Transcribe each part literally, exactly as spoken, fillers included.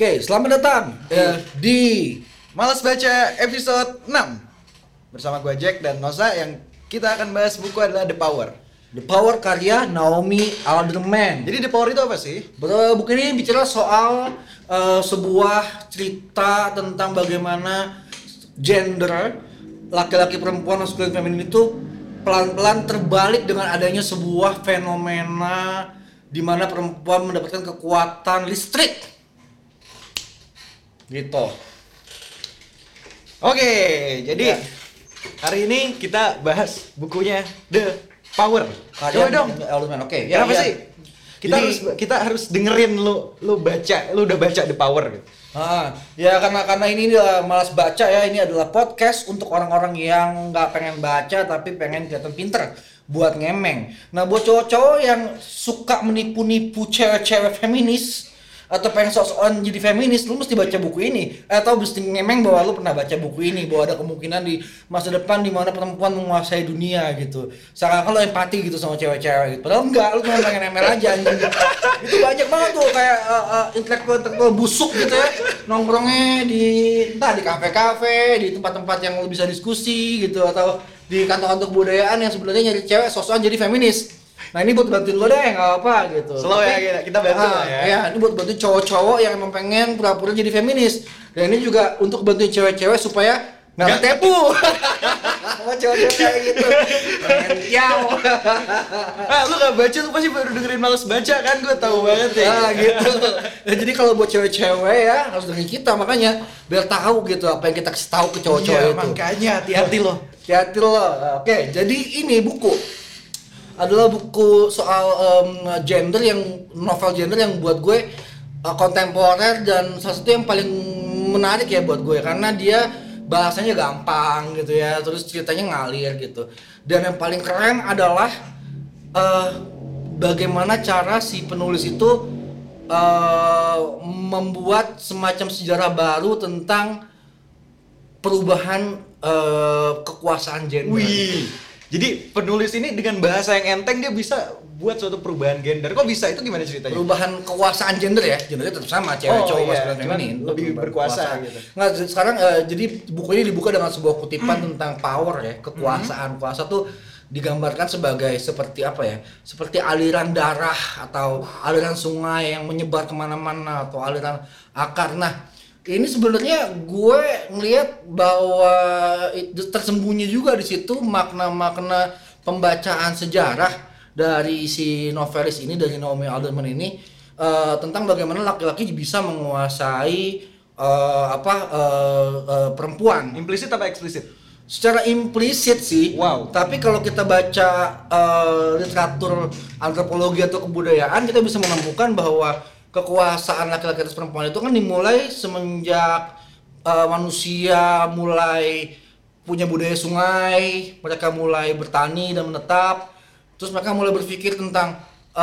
Oke, selamat datang uh, di Malas Baca episode enam. Bersama gue Jack dan Nosa, yang kita akan bahas buku adalah The Power. The Power karya Naomi Alderman. Jadi The Power itu apa sih? Betul, buku ini bicara soal uh, sebuah cerita tentang bagaimana gender laki-laki perempuan maskulin feminin itu pelan-pelan terbalik dengan adanya sebuah fenomena di mana perempuan mendapatkan kekuatan listrik. Gitu. Oke, jadi Ya. hari ini kita bahas bukunya The Power. Karya Coba dong. Alderman. Oke, Ya, Kenapa ya. sih? Kita Jadi- harus kita harus dengerin lu lu baca, lu udah baca The Power gitu. Ah, ya karena karena ini adalah malas baca ya, ini adalah podcast untuk orang-orang yang nggak pengen baca tapi pengen kelihatan pinter buat ngemeng. Nah, buat cowok-cowok yang suka menipu-nipu cewek-cewek feminis atau pengen sok-sokan jadi feminis, lu mesti baca buku ini. Atau mesti ngemeng bahwa lu pernah baca buku ini, bahwa ada kemungkinan di masa depan di mana perempuan menguasai dunia gitu. Seakan-akan lu empati gitu sama cewek-cewek gitu. Padahal enggak, lu cuma pengen emel aja anjing. Itu banyak banget tuh kayak uh, uh, intelektual-intelektual busuk gitu ya, nongkrongnya di entah di kafe-kafe, di tempat-tempat yang lu bisa diskusi gitu, atau di kantor-kantor kebudayaan yang sebenarnya nyari cewek sok-sokan jadi feminis. Nah, ini buat bantuin lo deh, nggak apa gitu. Slow ya, kita, kita bantu ah, lah ya. ya. Ini buat bantuin cowok-cowok yang emang pengen pura-pura jadi feminis. Dan ini juga untuk bantuin cewek-cewek supaya nggak tertipu. Sama cowok-cowok kayak gitu. Pengen Ah, lu gak baca, lu pasti baru dengerin Malas Baca kan, gue tahu banget ya. Ah, gitu. Nah, jadi kalau buat cewek-cewek ya harus dengerin kita, makanya biar tahu gitu apa yang kita kasih tahu ke cowok-cowok Iya, itu. makanya hati-hati loh. Hati-hati loh. Oke, jadi ini buku adalah buku soal um, gender yang novel gender yang buat gue uh, kontemporer dan salah satu yang paling menarik ya buat gue karena dia bahasanya gampang gitu ya, terus ceritanya ngalir gitu. Dan yang paling keren adalah uh, bagaimana cara si penulis itu uh, membuat semacam sejarah baru tentang perubahan uh, kekuasaan gender. Wih. Jadi penulis ini dengan bahasa yang enteng dia bisa buat suatu perubahan gender. Kok bisa? Itu gimana ceritanya? Perubahan kekuasaan gender ya, gendernya tetap sama, cewek, Oh, cowok, iya. maskulin, Cuman feminin, lebih perubahan berkuasa kekuasaan. gitu. Nggak, sekarang uh, jadi buku ini dibuka dengan sebuah kutipan tentang power ya, kekuasaan. Kuasa tuh digambarkan sebagai seperti apa ya? Seperti aliran darah atau aliran sungai yang menyebar kemana-mana atau aliran akar. Nah, ini sebenarnya gue ngelihat bahwa itu tersembunyi juga di situ makna-makna pembacaan sejarah dari si novelis ini, dari Naomi Alderman ini, uh, tentang bagaimana laki-laki bisa menguasai uh, apa uh, uh, perempuan. Implisit apa eksplisit? Secara implisit sih. Wow. Tapi kalau kita baca uh, literatur antropologi atau kebudayaan, kita bisa menemukan bahwa kekuasaan laki-laki atas perempuan itu kan dimulai semenjak uh, manusia mulai punya budaya sungai, mereka mulai bertani dan menetap, terus mereka mulai berpikir tentang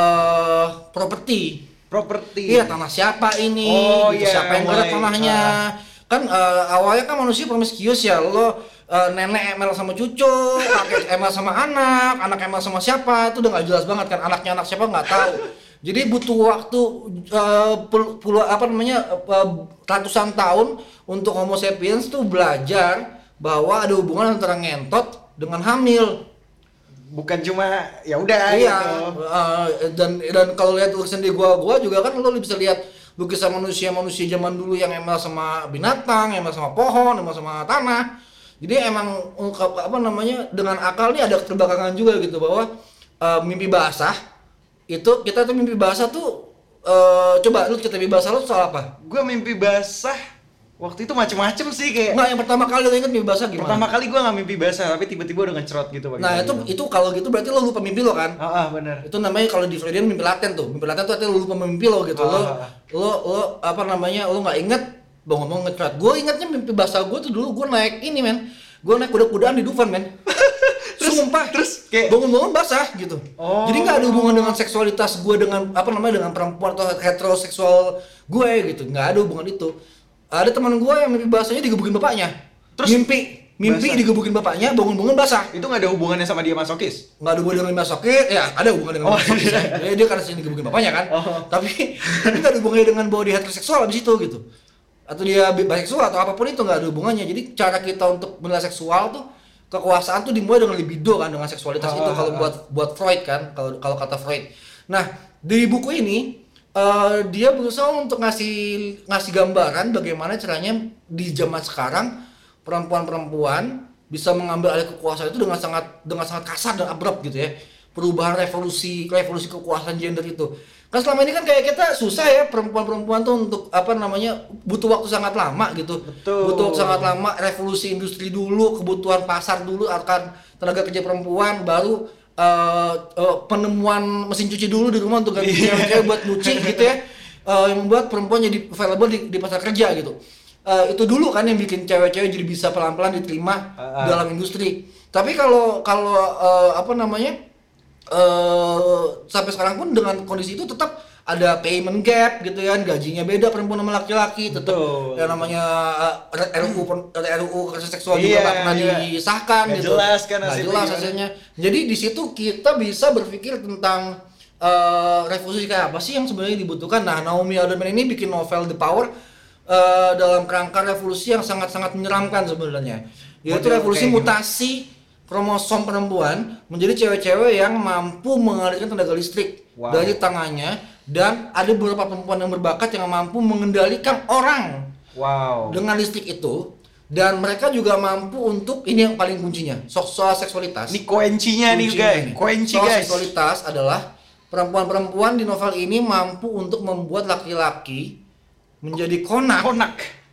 uh, properti. Properti. Iya, tanah siapa ini? Oh, gitu, iya, siapa yang garap mulai, tanahnya? ah. Kan uh, awalnya kan manusia promiscuous ya, lo uh, nenek M L sama cucu, kakek M L sama anak, anak M L sama siapa, itu udah nggak jelas banget kan, anaknya anak siapa nggak tahu. Jadi butuh waktu uh, pul- puluh apa namanya uh, ratusan tahun untuk Homo sapiens tuh belajar bahwa ada hubungan antara ngentot dengan hamil. Bukan cuma ya udah Iya, gitu. uh, dan dan kalau lihat lukisan di gua-gua juga kan lo bisa lihat lukisan manusia-manusia zaman dulu yang emang sama binatang, emang sama pohon, emang sama tanah. Jadi emang apa namanya dengan akal nih ada keterbelakangan juga gitu bahwa uh, mimpi basah itu kita tuh mimpi basah tuh uh, coba lu cerita mimpi basah lu soal apa? Gue mimpi basah waktu itu macem-macem sih kayak. Nggak, yang pertama kali lu inget mimpi basah gimana? Pertama kali gue nggak mimpi basah, tapi tiba-tiba udah ngecerot gitu. Nah itu itu kalau gitu berarti lo lupa mimpi lo kan? Ah, ah benar. Itu namanya kalau di Freudian mimpi laten tuh. Mimpi laten tuh artinya lo lupa mimpi lo gitu. Lo Ah. lo lo apa namanya? Lo nggak inget ngomong ngecerat. Gue ingatnya mimpi basah gue tuh dulu gue naik ini men. Gue naik kuda-kudaan di Dufan men. Terus, Sumpah. terus kayak bangun-bangun basah gitu. Oh. Jadi nggak ada hubungan dengan seksualitas gue dengan apa namanya dengan perempuan atau heteroseksual gue gitu. Nggak ada hubungan itu. Ada teman gue yang mimpi basahnya digebukin bapaknya. Terus mimpi Mimpi Basah. digebukin bapaknya, bangun-bangun basah. Itu nggak ada hubungannya sama dia masokis? Nggak ada hubungan dengan masokis, ya ada hubungan dengan Oh. masokis. Ya, dia karena sering digebukin bapaknya kan. Oh. Tapi tapi nggak ada hubungannya dengan bahwa dia heteroseksual abis itu gitu. Atau dia biseksual atau apapun itu nggak ada hubungannya. Jadi cara kita untuk menilai seksual tuh, kekuasaan tuh dimulai dengan libido kan, dengan seksualitas Ah, itu ah, kalau ah. buat buat Freud kan, kalau kalau kata Freud. Nah, di buku ini eh, dia berusaha untuk ngasih ngasih gambaran bagaimana caranya di zaman sekarang perempuan-perempuan bisa mengambil alih kekuasaan itu dengan sangat dengan sangat kasar dan abrupt gitu ya. Perubahan revolusi revolusi kekuasaan gender itu. Kan selama ini kan kayak kita susah ya perempuan-perempuan tuh untuk apa namanya butuh waktu sangat lama gitu. Betul. Butuh waktu sangat lama, revolusi industri dulu, kebutuhan pasar dulu akan tenaga kerja perempuan, baru uh, uh, penemuan mesin cuci dulu di rumah untuk ganti cewek-cewek buat nyuci gitu ya. Uh, yang membuat perempuan jadi available di, di pasar kerja gitu. Uh, itu dulu kan yang bikin cewek-cewek jadi bisa pelan-pelan diterima Uh, uh. dalam industri. Tapi kalau kalau uh, apa namanya uh, sampai sekarang pun dengan kondisi itu tetap ada payment gap gitu kan, gajinya beda perempuan sama laki-laki, tetap Betul. yang namanya uh, R U pen- R U kekerasan seksual Iya, juga nggak pernah iya. disahkan Nggak gitu. jelas kan Nggak hasilnya jelas gimana. hasilnya. Jadi di situ kita bisa berpikir tentang uh, revolusi kayak apa sih yang sebenarnya dibutuhkan. Nah, Naomi Alderman ini bikin novel The Power uh, dalam kerangka revolusi yang sangat-sangat menyeramkan sebenarnya. Yaitu Model revolusi kayak mutasi kromosom perempuan menjadi cewek-cewek yang mampu mengalirkan tenaga listrik Wow. dari tangannya, dan ada beberapa perempuan yang berbakat yang mampu mengendalikan orang Wow. dengan listrik itu, dan mereka juga mampu untuk ini yang paling kuncinya so- soal seksualitas. Ini kuencinya nih Kuncinya guys, nih. kuenci Soal guys. seksualitas adalah perempuan-perempuan di novel ini mampu untuk membuat laki-laki menjadi konak Konak.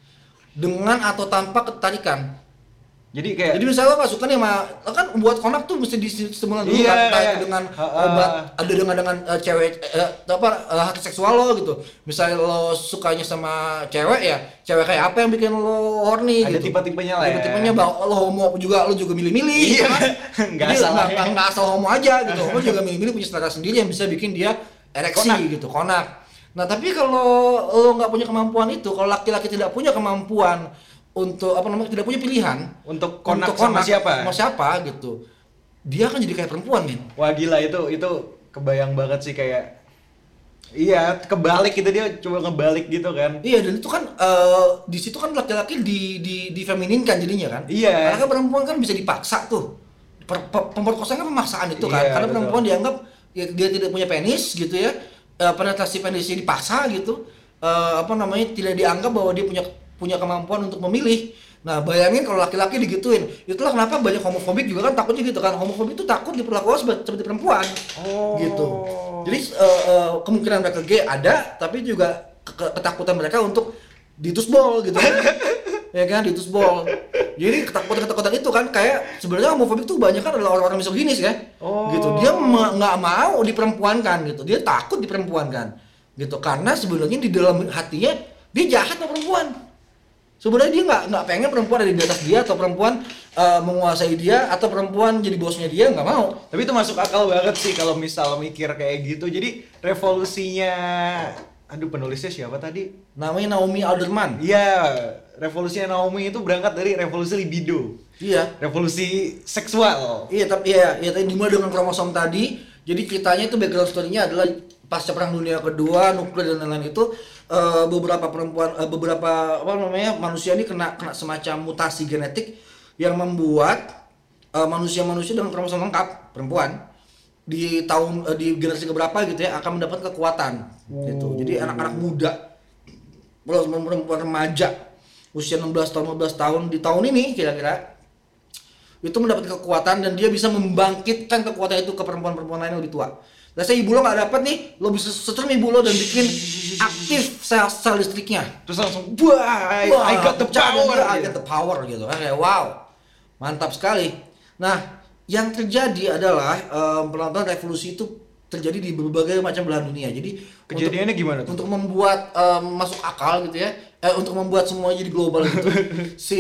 dengan atau tanpa ketarikan. Jadi kayak Jadi misalnya lo gak suka nih sama, lo kan buat konak tuh mesti distimulan dulu Iya, kan, entah iya. itu dengan Ha, ha. obat, ada dengan dengan uh, cewek, uh, apa uh, hak seksual lo gitu. Misalnya lo sukanya sama cewek ya, cewek kayak apa yang bikin lo horny Ada gitu. tipe-tipenya lah ya. Tipe-tipenya bahwa lo homo juga, lo juga milih-milih Iya. gitu kan. Nggak Jadi asal nggak- ya. nggak- nggak asal homo aja gitu. Lo juga milih-milih punya selera sendiri yang bisa bikin dia ereksi Konak. gitu, konak. Nah tapi kalau lo nggak punya kemampuan itu, kalau laki-laki tidak punya kemampuan untuk apa namanya, tidak punya pilihan untuk konak untuk sama konak siapa? sama siapa gitu, dia kan jadi kayak perempuan men. Wah gila itu itu kebayang banget sih kayak iya kebalik gitu, dia coba ngebalik gitu kan. Iya, dan itu kan eh, di situ kan laki-laki di di difemininkan jadinya kan. Iya. Karena kan perempuan kan bisa dipaksa tuh. Per, per, pemerkosaan kan pemaksaan itu kan. Iya, Karena betul. perempuan dianggap ya, dia tidak punya penis gitu ya. Eh, penetrasi penisnya dipaksa gitu. Eh, apa namanya, tidak dianggap bahwa dia punya punya kemampuan untuk memilih. Nah, bayangin kalau laki-laki digituin. Itulah kenapa banyak homofobik juga kan takutnya gitu kan. Homofobik itu takut diperlakukan seperti, seperti perempuan. Oh. Gitu. Jadi eh, eh, kemungkinan mereka gay ada, tapi juga ke- ke- ketakutan mereka untuk ditusbol gitu kan. Ya kan, ditusbol. Jadi ketakutan-ketakutan itu kan kayak sebenarnya homofobik tuh banyak kan adalah orang-orang misoginis ya. Oh. Gitu. Dia me- nggak mau diperempuankan gitu. Dia takut diperempuankan. Gitu. Karena sebenarnya di dalam hatinya dia jahat sama perempuan. Sebenarnya dia nggak nggak pengen perempuan ada di atas dia, atau perempuan uh, menguasai dia, atau perempuan jadi bosnya dia, nggak mau. Tapi itu masuk akal banget sih kalau misal mikir kayak gitu. Jadi revolusinya, aduh penulisnya siapa tadi? Namanya Naomi Alderman. Iya, revolusinya Naomi itu berangkat dari revolusi libido, Iya. revolusi seksual. Iya, tapi iya, iya tadi dimulai dengan kromosom tadi. Jadi ceritanya itu background story-nya adalah pasca perang dunia kedua, nuklir dan lain-lain itu eh, beberapa perempuan eh, beberapa apa namanya manusia ini kena kena semacam mutasi genetik yang membuat eh, manusia-manusia dengan kromosom lengkap perempuan di tahun eh, di generasi keberapa gitu ya akan mendapat kekuatan gitu. Jadi anak-anak muda, perempuan remaja usia enam belas tahun, lima belas tahun di tahun ini kira-kira itu mendapat kekuatan, dan dia bisa membangkitkan kekuatan itu ke perempuan-perempuan lain yang lebih tua. Nah, saya ibu lo nggak dapet nih, lo bisa setrum ibu lo dan bikin aktif sel-sel listriknya. Terus langsung, wah, I, Wah, I got the pecah, power. dia, I gitu. got the power gitu kan, kayak wow, mantap sekali. Nah, yang terjadi adalah um, penonton revolusi itu terjadi di berbagai macam belahan dunia. Jadi Kejadiannya untuk, gimana tuh? Untuk membuat um, masuk akal gitu ya, eh, untuk membuat semua jadi global gitu. si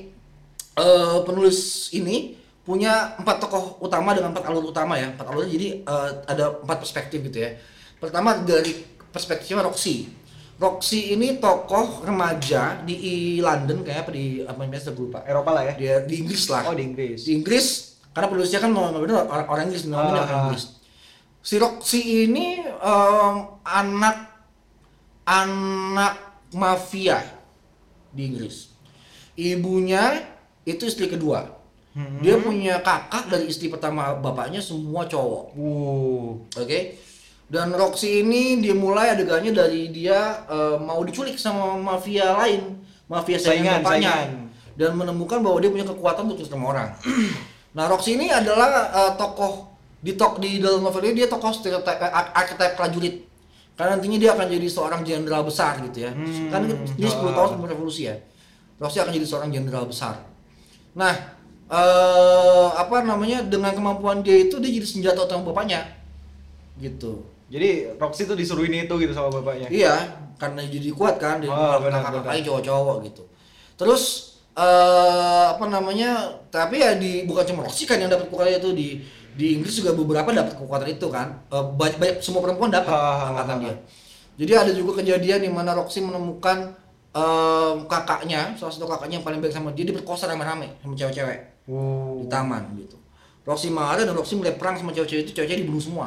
uh, penulis ini punya empat tokoh utama dengan empat alur utama ya, empat alur. Jadi uh, ada empat perspektif gitu ya. Pertama dari perspektifnya Roxy. Roxy ini tokoh remaja di London kayak apa di apa namanya saya lupa. Eropa lah ya. Dia di Inggris lah. Oh, di Inggris. Di Inggris karena penulisnya kan mau bener orang, orang Inggris namanya Ah. orang Inggris. Si Roxy ini em, anak anak mafia di Inggris. Ibunya itu istri kedua. Hmm. Dia punya kakak dari istri pertama bapaknya semua cowok. Uh. Oke. Dan Roxy ini dia mulai adegannya dari dia eh, mau diculik sama mafia lain, mafia Saingan, saingan bapaknya, saingan. dan menemukan bahwa dia punya kekuatan untuk sama orang. Nah, Roxy ini adalah eh, tokoh di tok di dalam novel ini dia tokoh stereotip eh, ar- archetype prajurit. Karena nantinya dia akan jadi seorang jenderal besar gitu ya. Hmm. Kan ini sepuluh tahun sebelum revolusi ya. Roxy akan jadi seorang jenderal besar. Nah, eh apa namanya dengan kemampuan dia itu dia jadi senjata utama bapaknya. Gitu. Jadi Roxy tuh disuruhin itu gitu sama bapaknya. Iya, karena jadi kuat kan, dia Oh, benar, kakak-kakaknya cowok-cowok gitu. Terus eh apa namanya? Tapi ya di bukan cuma Roxy kan yang dapat kekuatan itu di di Inggris juga beberapa dapat kekuatan itu kan. Eh, banyak, banyak semua perempuan dapat Ha, ha, ha, angkatan ha. dia. Jadi ada juga kejadian di mana Roxy menemukan eh, kakaknya, salah satu kakaknya yang paling baik sama dia diperkosa rame-rame sama cewek-cewek Uh. di taman gitu. Roxy marah dan Roxy mulai perang sama cewek-cewek itu, cewek-cewek dibunuh semua.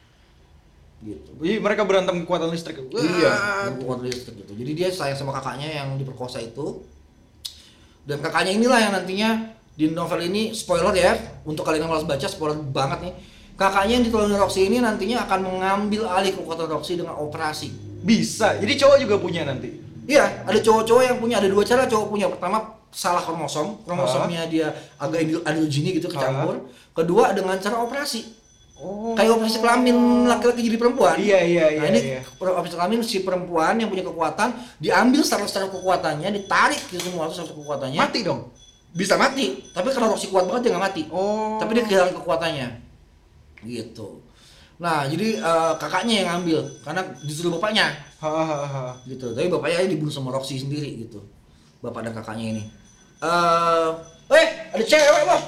Gitu. Jadi mereka berantem kekuatan listrik. Wah. Iya, kekuatan listrik gitu. Jadi dia sayang sama kakaknya yang diperkosa itu. Dan kakaknya inilah yang nantinya di novel ini, spoiler ya, untuk kalian yang malas baca, spoiler banget nih. Kakaknya yang ditolongin Roxy ini nantinya akan mengambil alih kekuatan Roxy dengan operasi. Bisa. Jadi cowok juga punya nanti. Iya, ada cowok-cowok yang punya, ada dua cara cowok punya. Pertama, salah kromosom, kromosomnya dia agak androgini gitu kecampur. Kedua, dengan cara operasi. Oh. Kayak operasi kelamin laki-laki jadi perempuan. Iya, iya, iya. Nah ini iya. operasi kelamin si perempuan yang punya kekuatan diambil secara-secara kekuatannya, ditarik ke semua secara kekuatannya. Mati dong. Bisa mati, tapi karena Roxy kuat banget dia nggak mati. Oh. Tapi dia kehilangan kekuatannya. Gitu. Nah jadi eh, kakaknya yang ngambil karena disuruh bapaknya. Hahaha. Gitu. Tapi bapaknya dibunuh sama Roxy sendiri gitu. Bapak dan kakaknya ini. Eh, eh ada cewek loh.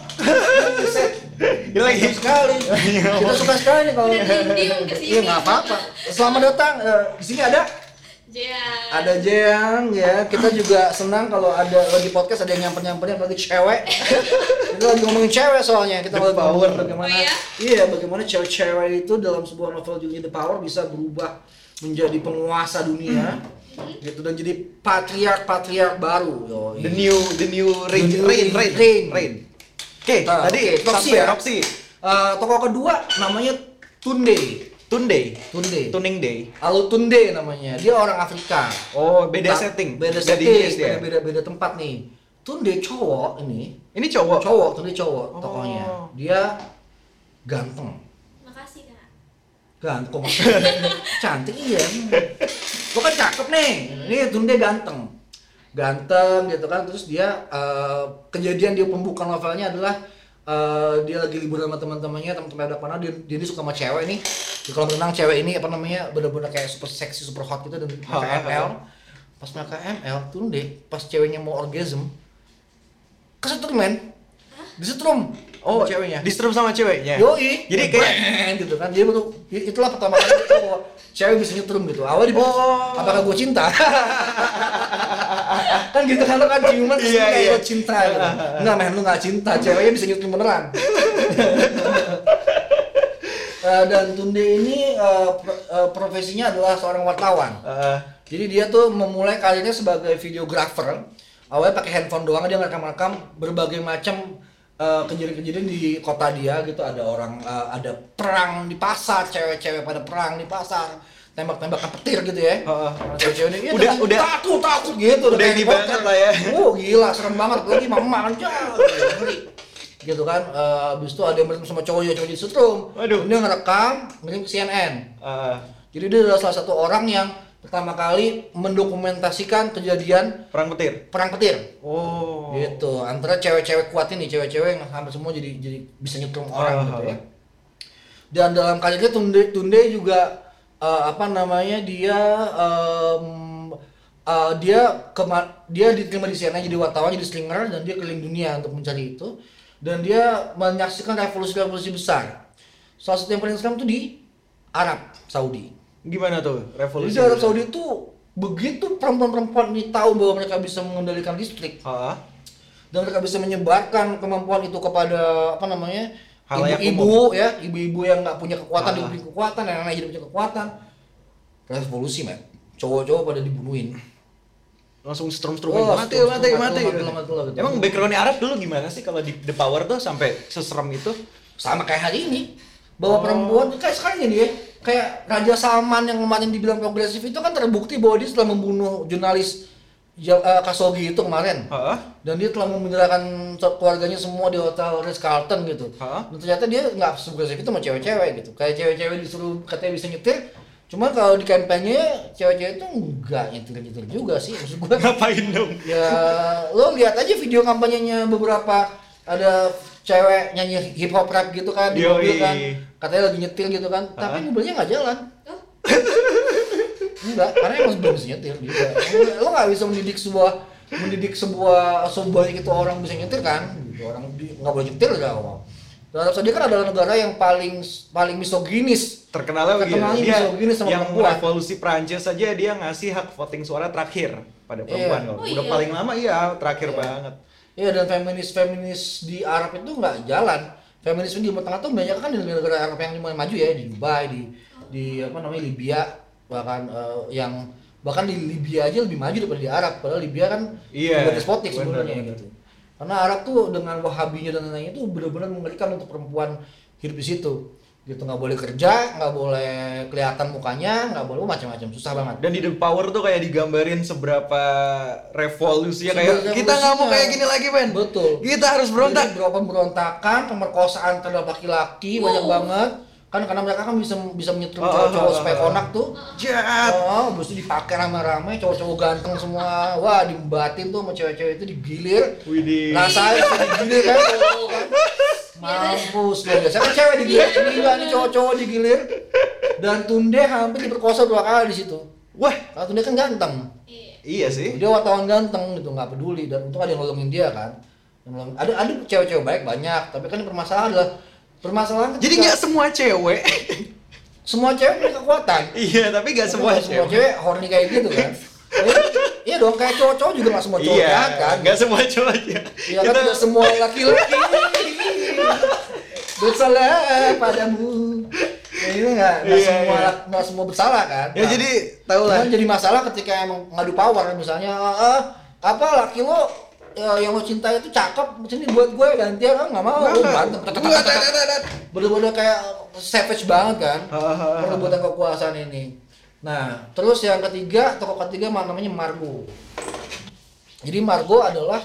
Ini lagi sekali. Kita suka sekali nih kalau Udah diem-diem kesini. iya nggak apa-apa. Selamat datang. Eh, di sini ada Jea. ada Jeang ya. Kita juga senang kalau ada lagi podcast ada yang nyamper-nyamperin lagi cewek. Kita lagi ngomongin cewek soalnya. Kita The lagi Power. ngomongin bagaimana Oh, iya? iya bagaimana cewek-cewek itu dalam sebuah novel judulnya The Power bisa berubah menjadi penguasa dunia. Gitu dan jadi patriark-patriark baru. Yoi. The new the new rain The new rain rain rain. rain. Oke, Nah, tadi oke, Roxy sampai ya. Roxy. Eh, tokoh kedua namanya Tunde. Tunde. Tunde. Tuning Day. Halo Tunde namanya. Dia orang Afrika. Oh, beda Ta- setting. Beda Beda setting, di Inggris dia. beda, beda beda tempat nih. Tunde cowok ini. Ini cowok. Cowok, Tunde cowok Oh. tokohnya. Dia ganteng. Makasih kak. Ganteng. Cantik iya. Lo kan cakep nih. Ini Tunde ganteng. Ganteng gitu kan. Terus dia eh, kejadian dia pembuka novelnya adalah eh, dia lagi liburan sama teman-temannya, teman-teman ada panah dia, dia ini suka sama cewek nih. Di kolam renang cewek ini apa namanya bener-bener kayak super seksi, super hot gitu dan mereka Ha, ha, M L. Pas mereka M L, Tunde pas ceweknya mau orgasm kesetrum men. Disetrum. Oh, sama ceweknya. Disetrum sama ceweknya. Yoi. Jadi kayak Breng, gitu kan. Dia baru itulah pertama kali dia tahu bahwa cewek bisa nyetrum gitu. Awalnya dia Oh. apakah gue cinta? Kan gitu kan lo kan ciuman terus Iya, lu kayak iya. lo cinta gitu. Enggak men, lu enggak cinta. Ceweknya bisa nyetrum beneran. Eh, dan Tunde ini eh, pro- eh, profesinya adalah seorang wartawan. eh, Jadi dia tuh memulai karirnya sebagai videographer. Awalnya pakai handphone doang dia ngerekam-rekam berbagai macam eh, kejadian-kejadian di kota dia gitu. Ada orang eh, ada perang di pasar, cewek-cewek pada perang di pasar, tembak-tembakan petir gitu ya. Heeh. Cewek-cewek ini "Iya, Udah- takut, udah- takut takut gitu. udah kayak ini di banget lah ya. Oh gila serem banget lagi mama kan jauh. Gitu kan, eh, abis itu ada yang berantem sama cowoknya, cowok jadi setrum. Waduh. Dia ngerekam, ngirim ke C N N. eh, Jadi dia adalah salah satu orang yang pertama kali mendokumentasikan kejadian perang petir. perang petir. Oh. Gitu. Antara cewek-cewek kuat ini, cewek-cewek yang hampir semua jadi jadi bisa nyetrum orang Ah, gitu ah, ya. Dan dalam karirnya Tunde Tunde juga eh, apa namanya dia em, eh, dia kema- dia diterima di C N N jadi wartawan, jadi slinger dan dia keliling dunia untuk mencari itu. Dan dia menyaksikan revolusi-revolusi besar. Salah satu yang paling seram itu di Arab Saudi. Gimana tuh Jadi revolusi? di Arab Saudi itu begitu perempuan-perempuan ini tahu bahwa mereka bisa mengendalikan listrik Heeh. dan mereka bisa menyebarkan kemampuan itu kepada apa namanya Halayak ibu-ibu ya, ibu-ibu yang nggak punya kekuatan, Ah. dia punya kekuatan, yang lain jadi punya kekuatan, revolusi men, cowok-cowok pada dibunuhin. Langsung strum-strum Oh, mati, strum, mati, strum, mati, mati, mati, mati, mati. Emang backgroundnya Arab dulu gimana sih kalau di The Power tuh sampai seserem itu? Sama kayak hari ini, bahwa Oh. perempuan kayak sekarang ini ya, kayak Raja Salman yang kemarin dibilang progresif itu kan terbukti bahwa dia setelah membunuh jurnalis Ja- eh, Khashoggi itu kemarin. Heeh. Dan dia telah memenjarakan keluarganya semua di hotel Ritz Carlton gitu. Hah? Dan ternyata dia nggak seagresif itu sama cewek-cewek gitu. Kayak cewek-cewek disuruh katanya bisa nyetir, cuma kalau di kampanye cewek-cewek itu nggak nyetir-nyetir juga sih. Maksud gua Ngapain dong? ya lo lihat aja video kampanyenya beberapa, ada cewek nyanyi hip hop rap gitu kan di Yoi. mobil kan, katanya lagi nyetir gitu kan, tapi Hah? mobilnya nggak jalan. Oh, Enggak, karena emang belum bisa nyetir juga. Lo nggak bisa mendidik sebuah mendidik sebuah sebanyak itu orang bisa nyetir kan? Gitu. Orang di- nggak boleh nyetir dari awal. Dan Arab Saudi kan adalah negara yang paling paling misoginis. Terkenalnya begitu. Terkenalnya Dia misoginis sama yang perempuan. revolusi Prancis saja dia ngasih hak voting suara terakhir pada perempuan. Iya. Kalau Oh, udah iya. paling lama iya terakhir Iya. banget. Iya, dan feminis-feminis di Arab itu nggak jalan. Feminisme di Timur Tengah tuh banyak kan di negara-negara Arab yang mulai maju ya, di Dubai, di di apa namanya Libya, bahkan eh, yang bahkan di Libya aja lebih maju daripada di Arab. Padahal Libya kan Iya, juga despotik bener, sebenarnya bener. gitu. Karena Arab tuh dengan Wahabinya dan lain-lainnya itu benar-benar mengerikan untuk perempuan hidup di situ. Gitu, nggak boleh kerja, nggak boleh kelihatan mukanya, nggak boleh macam-macam, susah banget. Dan di The Power tuh kayak digambarin seberapa revolusinya kayak Seberapa kita nggak mau revolusinya. kayak gini lagi Ben. Betul. Kita harus berontak. Jadi beberapa pemberontakan, pemerkosaan terhadap laki-laki banyak Wow. banget. Kan karena mereka kan bisa bisa menyetrum Oh, cowok-cowok oh, oh, supaya oh. konak tuh. Jahat. Oh, habis itu dipakai rame-rame, cowok-cowok ganteng semua. Wah, dibatin tuh sama cewek-cewek itu digilir. Widih. Rasain tuh digilir kan, cowok-cowok kan. Mampus luar biasa. Kan cewek digilir, ini enggak nih cowok-cowok digilir. Dan Tunde hampir diperkosa dua kali di situ. Wah, Karena Tunde kan ganteng. iya. iya sih. Dia wartawan ganteng gitu, nggak peduli, dan untung ada yang nolongin dia kan. Yang nolongin- Ada ada cewek-cewek baik banyak, tapi kan yang permasalahan adalah permasalahan Jadi ketika nggak semua cewek. semua cewek punya kekuatan. Iya, tapi nggak Tapi semua nggak semua cewek. cewek horny kayak gitu kan. Iya, iya dong, kayak cowok-cowok juga nggak semua cowok Iya, jahat kan. nggak semua cowok aja. Iya kan, tidak semua laki-laki bersalah padamu. Ya, itu nggak nggak Iya, semua iya. nggak semua bersalah kan. Ya Nah, jadi tau lah. cuman jadi masalah ketika emang ngadu power, misalnya ah, apa laki lo eh, yang lo cintai itu cakep, sini buat gue gantian, ah nggak mau, lo berantem, Nggak, tet, tet, tet. bener-bener kayak savage banget kan Hahaha. perebutan kekuasaan ini. Nah, terus yang ketiga, tokoh ketiga namanya Margo. Jadi Margo adalah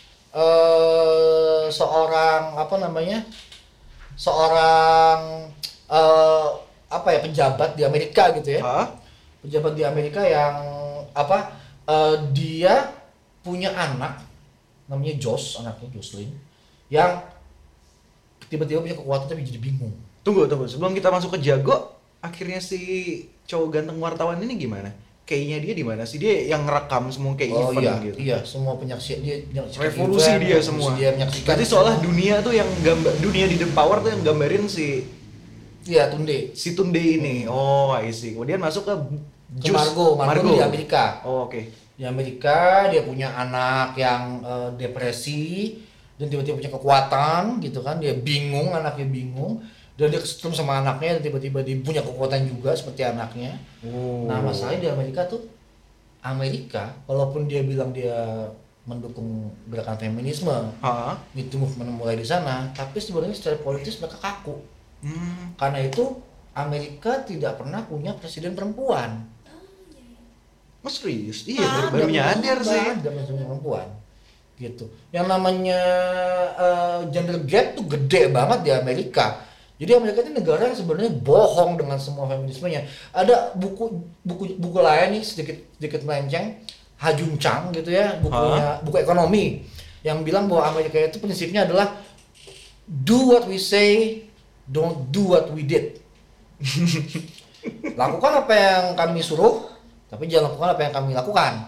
eh seorang apa namanya? Seorang eh apa ya, pejabat di Amerika gitu ya. Hah? Pejabat di Amerika yang apa? eh, dia punya anak namanya Josh, anaknya Jocelyn, yang tiba-tiba punya kekuatan tapi jadi bingung. Tunggu, tunggu. Sebelum kita masuk ke Jago, akhirnya si cowok ganteng wartawan ini gimana? Kayaknya dia di mana sih? Dia yang ngerekam semua kayak Oh event iya, gitu. iya, semua penyaksian dia menyaksikan Revolusi event, dia revolusi semua. Dia menyaksikan. Berarti seolah semua. dunia tuh yang gambar dunia di The Power tuh yang gambarin si Iya, Tunde. si Tunde ini. Oh, I see. Kemudian masuk ke Ke Jus- Margo, Margo, di Amerika. Oh, oke. Di Amerika dia punya anak yang eh, depresi dan tiba-tiba punya kekuatan gitu kan. Dia bingung, anaknya bingung. Dan dia kesetrum sama anaknya dan tiba-tiba dia punya kekuatan juga seperti anaknya. Oh. Nah, masalahnya di Amerika tuh, Amerika walaupun dia bilang dia mendukung gerakan feminisme, Hah? itu movement mulai di sana, tapi sebenarnya secara politis mereka kaku. Hmm. Karena itu Amerika tidak pernah punya presiden perempuan. Oh, serius? Iya, baru, Ada, baru nyadar nggak sih. ada presiden perempuan. Gitu. Yang namanya eh, gender gap tuh gede banget di Amerika. Jadi Amerika itu negara yang sebenarnya bohong dengan semua feminismenya. Ada buku buku buku lain nih sedikit sedikit melenceng, Ha Jung Chang gitu ya, bukunya buku ekonomi yang bilang bahwa Amerika itu prinsipnya adalah do what we say, don't do what we did. Lakukan apa yang kami suruh, tapi jangan lakukan apa yang kami lakukan.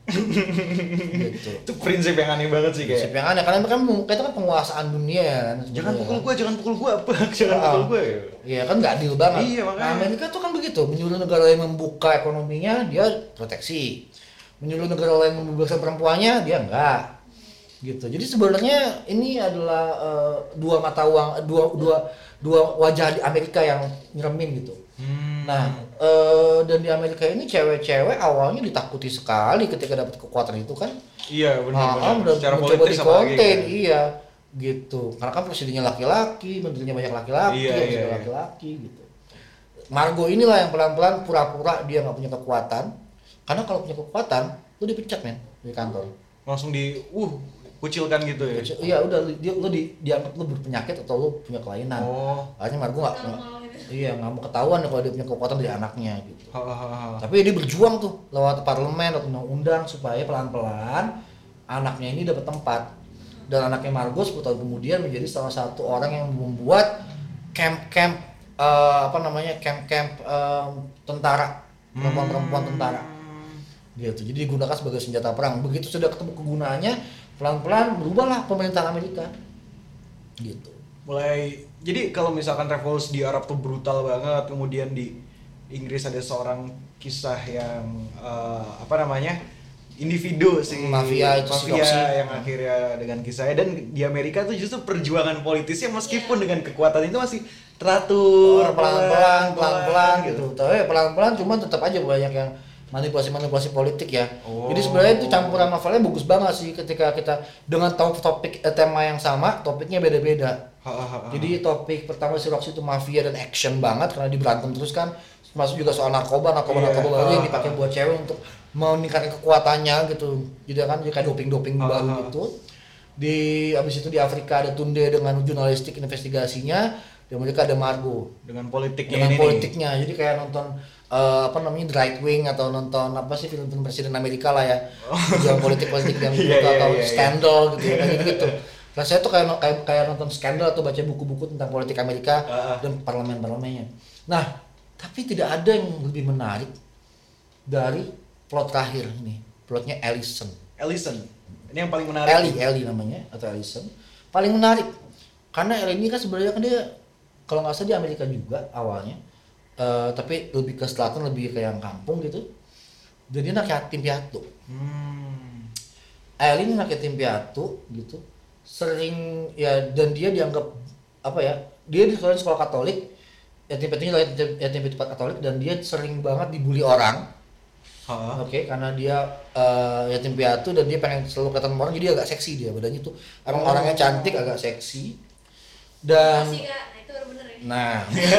Gitu. Itu prinsip yang aneh banget sih Prinsip kayak. yang aneh karena kan itu kan penguasaan dunia ya kan. Jangan sebenarnya pukul kan. gua, jangan pukul gua apa? Jangan Ah. pukul gua ya. Iya kan nggak adil banget. Iya, makanya. Nah, Amerika tuh kan begitu, menyuruh negara lain membuka ekonominya dia proteksi, menyuruh negara lain membebaskan perempuannya dia enggak. Gitu. Jadi sebenarnya ini adalah uh, dua mata uang, dua dua dua wajah di Amerika yang nyeremin gitu. Hmm. Nah, uh, dan di Amerika ini cewek-cewek awalnya ditakuti sekali ketika dapat kekuatan itu kan. Iya benar Ah, benar. udah Secara mencoba politis apalagi dikonten, kan. iya gitu. Karena kan presidennya laki-laki, menterinya banyak laki-laki, Iya, yang iya, juga iya. laki-laki gitu. Margo inilah yang pelan-pelan pura-pura dia nggak punya kekuatan. Karena kalau punya kekuatan, lu dipecat men dari kantor. Langsung di uh kucilkan gitu ya. Iya udah dia lu di, dianggap lu berpenyakit atau lu punya kelainan. Oh. Akhirnya Margo nggak nggak- Normal gitu. iya nggak mau ketahuan kalau dia punya kekuatan dari anaknya gitu. Hahaha. Tapi dia berjuang tuh lewat parlemen atau undang-undang supaya pelan-pelan anaknya ini dapat tempat. Dan anaknya Margo sepuluh tahun kemudian menjadi salah satu orang yang membuat camp-camp eh, apa namanya camp-camp eh, tentara, perempuan-perempuan tentara. Gitu. Jadi digunakan sebagai senjata perang. Begitu sudah ketemu kegunaannya, pelan-pelan berubahlah pemerintahan Amerika. Gitu. Mulai jadi kalau misalkan revolusi di Arab tuh brutal banget, kemudian di Inggris ada seorang kisah yang eh, apa namanya individu si Mafia itu si mafia Roxy. yang akhirnya dengan kisahnya, dan di Amerika tuh justru perjuangan politisnya meskipun dengan kekuatan itu masih teratur pelan-pelan, pelan-pelan gitu. Tapi pelan-pelan cuman tetap aja banyak yang manipulasi-manipulasi politik ya. Oh. Jadi sebenarnya itu campuran novelnya bagus banget sih ketika kita dengan top topik eh, tema yang sama, topiknya beda-beda. Hahaha. Jadi topik pertama si Roxy itu mafia dan action banget karena diberantem terus kan. Masuk juga soal narkoba, narkoba, Iya. narkoba baru yang Ah, dipakai ah. buat cewek untuk meningkatkan kekuatannya gitu. Jadi kan jadi kayak doping-doping Ah, baru ah. gitu. Di abis itu di Afrika ada Tunde dengan jurnalistik investigasinya, di Amerika ada Margo dengan politiknya dengan ini nih. politiknya. Jadi kayak nonton eh, apa namanya The Right Wing atau nonton apa sih film-film presiden Amerika lah ya. Yang politik-politik yang gitu Iya, iya, atau iya, iya. skandal gitu ya kayak gitu. Rasanya tuh kayak kayak kayak nonton skandal atau baca buku-buku tentang politik Amerika Ah, ah. dan parlemen-parlemennya. Nah, tapi tidak ada yang lebih menarik dari plot terakhir ini. Plotnya Ellison. Ellison. Ini yang paling menarik. Ellie, Ellie namanya atau Ellison. Paling menarik karena Ellie ini kan sebenarnya kan dia kalau nggak salah di Amerika juga awalnya. Eh, tapi lebih ke selatan, lebih ke yang kampung gitu. Dan dia anak yatim piatu. Hmm. Ellie ini anak yatim piatu gitu. Sering ya dan dia dianggap apa ya? Dia di sekolah sekolah Katolik. Yatim piatunya yatim, yatim piatu Katolik dan dia sering banget dibully orang. Ha. Oke, karena dia eh, yatim piatu dan dia pengen selalu kelihatan sama orang, jadi agak seksi dia badannya tuh. Emang Oh. orangnya cantik, agak seksi. Dan Masih kak, nah itu baru bener ya. nah,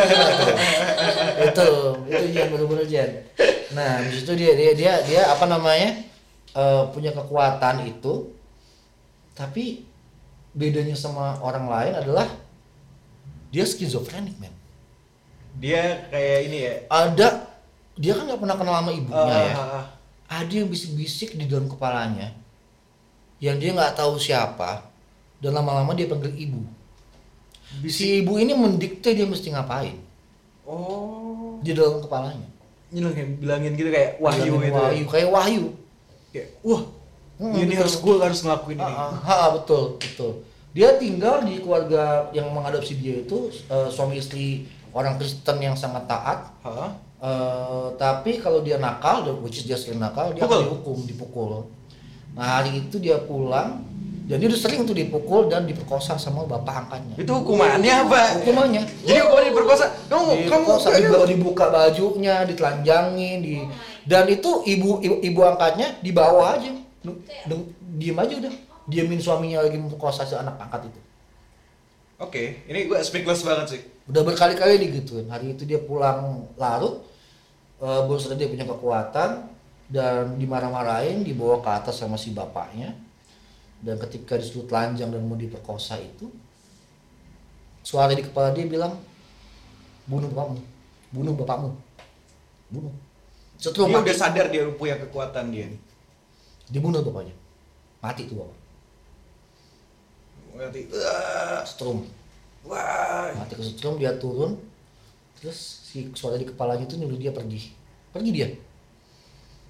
itu itu Jen bener-bener Jen. Nah, di situ dia dia dia dia apa namanya eh, punya kekuatan itu, tapi bedanya sama orang lain adalah dia skizofrenik men. Dia kayak ini ya. Ada dia kan nggak pernah kenal sama ibunya Ah, ya. ah, ah. Ada yang bisik-bisik di dalam kepalanya yang dia nggak tahu siapa dan lama-lama dia panggil ibu. Si ibu ini mendikte dia mesti ngapain Oh. di dalam kepalanya. Bilangin, bilangin gitu kayak wahyu Bilangin gitu. ya. wahyu, kayak wahyu. Kayak wah. Hmm, ini betul. harus gue harus ngelakuin ini. Ah, ah, ah, betul, betul. Dia tinggal di keluarga yang mengadopsi dia itu eh, suami istri orang Kristen yang sangat taat. Hah? Eh, tapi kalau dia nakal, which is dia sering nakal, dia Pukul? akan dihukum, dipukul. Nah hari itu dia pulang, dan dia udah sering tuh dipukul dan diperkosa sama bapak angkatnya. Itu hukumannya apa? Hukumannya. Jadi hukumannya diperkosa. Kamu kamu Diperkosa, dibawa dibuka bajunya, ditelanjangin, di dan itu ibu ibu, ibu angkatnya di bawah aja, Deng- deng- diem aja udah, diemin suaminya lagi memperkosa si anak angkat itu. Oke, ini gue speechless banget sih. Udah berkali-kali digituin. Hari itu dia pulang larut, eh baru sadar dia punya kekuatan dan dimarah-marahin, dibawa ke atas sama si bapaknya. Dan ketika disuruh telanjang dan mau diperkosa itu, suara di kepala dia bilang, bunuh bapakmu, bunuh bapakmu, bunuh. Setelah Dia mati, udah sadar dia punya kekuatan dia. dibunuh bapaknya, mati tuh bapak, Ngerti? Wah, setrum, wah. mati kesetrum, dia turun, terus si suara di kepalanya itu nyuruh dia pergi, pergi dia.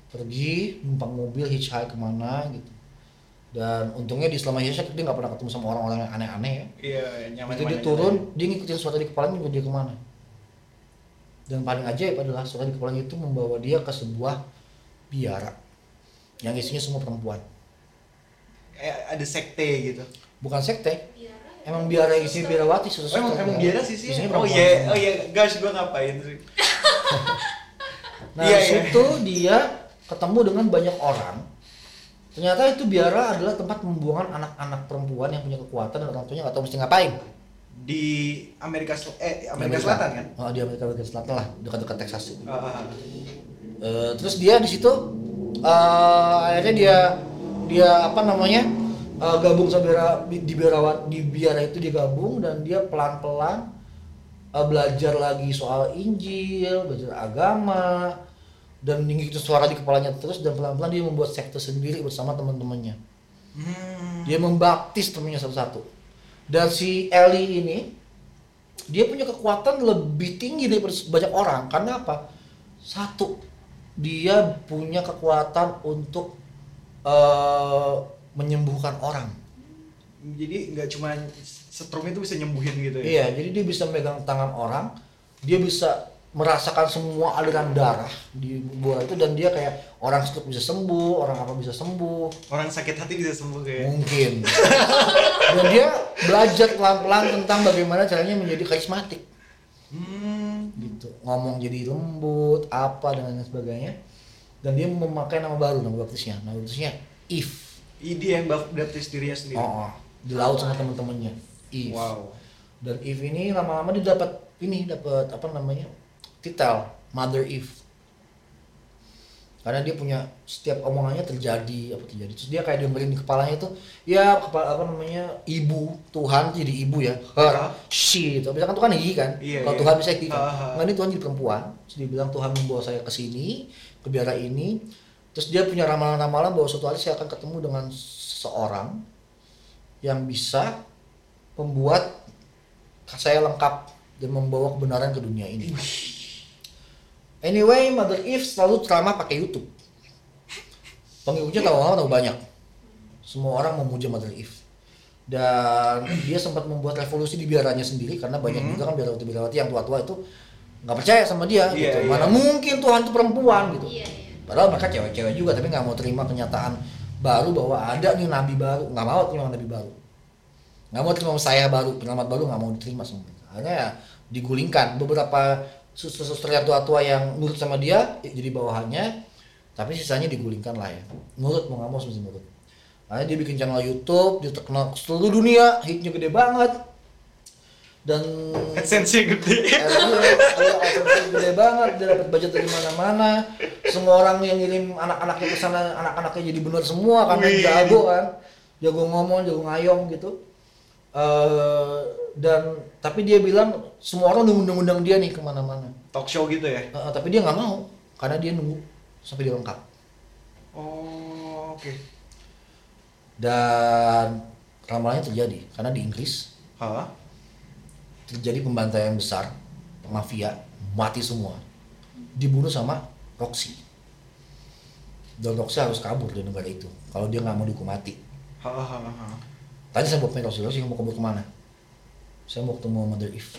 pergi numpang mobil hitchhike kemana gitu. Dan untungnya di selama hitchhike dia nggak pernah ketemu sama orang-orang yang aneh-aneh ya. Iya, nyaman. Itu dia turun, dia ngikutin suara di kepalanya juga dia kemana. Dan paling ajaib adalah suara di kepalanya itu membawa dia ke sebuah biara yang isinya semua perempuan. Kayak ada sekte gitu. Bukan sekte, Biara. emang biara yang isi biarawati Oh, susu. emang, emang biara sih sih. Isinya Oh perempuan iya, semua. oh iya, guys, gua ngapain sih? Nah, Iya, di iya. situ dia ketemu dengan banyak orang. Ternyata itu biara adalah tempat pembuangan anak-anak perempuan yang punya kekuatan dan orang tuanya nggak tahu mesti ngapain. Di Amerika Sel eh Amerika Selatan kan? Oh, di Amerika, Amerika Selatan lah, dekat-dekat Texas itu. Ah, ah, ah. Eh, terus dia di situ eh, akhirnya dia dia apa namanya eh, gabung sama biara di biara di biara itu dia gabung dan dia pelan-pelan eh, belajar lagi soal Injil, belajar agama dan ngikutin suara di kepalanya terus dan pelan-pelan dia membuat sekte sendiri bersama teman-temannya. Hmm. Dia membaptis temannya satu-satu. Dan si Ellie ini dia punya kekuatan lebih tinggi daripada banyak orang karena apa? Satu, dia punya kekuatan untuk uh, menyembuhkan orang. Jadi nggak cuma setrum itu bisa nyembuhin gitu ya? Iya, jadi dia bisa megang tangan orang, dia bisa merasakan semua aliran darah di bola itu dan dia kayak orang stroke bisa sembuh, orang apa bisa sembuh. Orang sakit hati bisa sembuh kayak. Mungkin. Dan dia belajar pelan-pelan tentang bagaimana caranya menjadi karismatik. Hmm. Gitu. Ngomong jadi lembut, apa dan lain sebagainya. Dan dia memakai nama baru, nama baptisnya. Nama baptisnya Eve. Ide yang bap- baptis dirinya sendiri. Oh, oh. Di laut sama teman-temannya. Eve. Wow. Dan Eve ini lama-lama dia dapat ini, dapat apa namanya? Titel Mother Eve. Karena dia punya setiap omongannya terjadi apa terjadi terus dia kayak dengerin di kepalanya itu ya kepala apa namanya ibu Tuhan jadi ibu ya her she itu biasanya kan Tuhan he kan Iya, kalau iya. Tuhan bisa he kan Ah, ah. nggak ini Tuhan jadi perempuan terus dia bilang Tuhan membawa saya ke sini ke biara ini terus dia punya ramalan-ramalan bahwa suatu hari saya akan ketemu dengan seseorang yang bisa membuat saya lengkap dan membawa kebenaran ke dunia ini. Anyway, Mother Eve selalu ceramah pakai YouTube. Pengikutnya tahu tahu banyak. Semua orang memuja Mother Eve. Dan dia sempat membuat revolusi di biaranya sendiri karena banyak Hmm. juga kan biarawati-biarawati yang tua-tua itu nggak percaya sama dia Iya, gitu. iya. Mana mungkin Tuhan itu perempuan gitu. Iya, iya. Padahal mereka cewek-cewek juga tapi nggak mau terima kenyataan baru bahwa ada nih nabi baru, nggak mau terima nabi baru. Nggak mau terima saya baru, penyelamat baru nggak mau diterima sama mereka. Akhirnya ya digulingkan beberapa suster-suster yang tua-tua yang nurut sama dia jadi bawahannya, tapi sisanya digulingkan lah ya. Nurut mau nggak mau mesti nurut. Akhirnya dia bikin channel YouTube, dia terkenal ke seluruh dunia, hitnya gede banget. Dan AdSense-nya gede. eh, iya, iya, adsense gede banget, dia dapat budget dari mana-mana. Semua orang yang ngirim anak-anaknya ke sana, anak-anaknya jadi benar semua karena Wih. jago kan, jago ngomong, jago ngayong gitu. Eh, dan tapi dia bilang semua orang undang-undang dia nih kemana-mana. Talk show gitu ya? Eh, tapi dia nggak mau karena dia nunggu sampai dia lengkap. Oh, oke. Dan ramalannya terjadi karena di Inggris Hah? terjadi pembantaian besar, mafia mati semua, dibunuh sama Roxy. Dan Roxy harus kabur dari negara itu kalau dia nggak mau dihukum mati. Hah, hah, hah. Tadi saya mau Roxy, Roxy mau kabur kemana? Saya mau ketemu Mother Eve.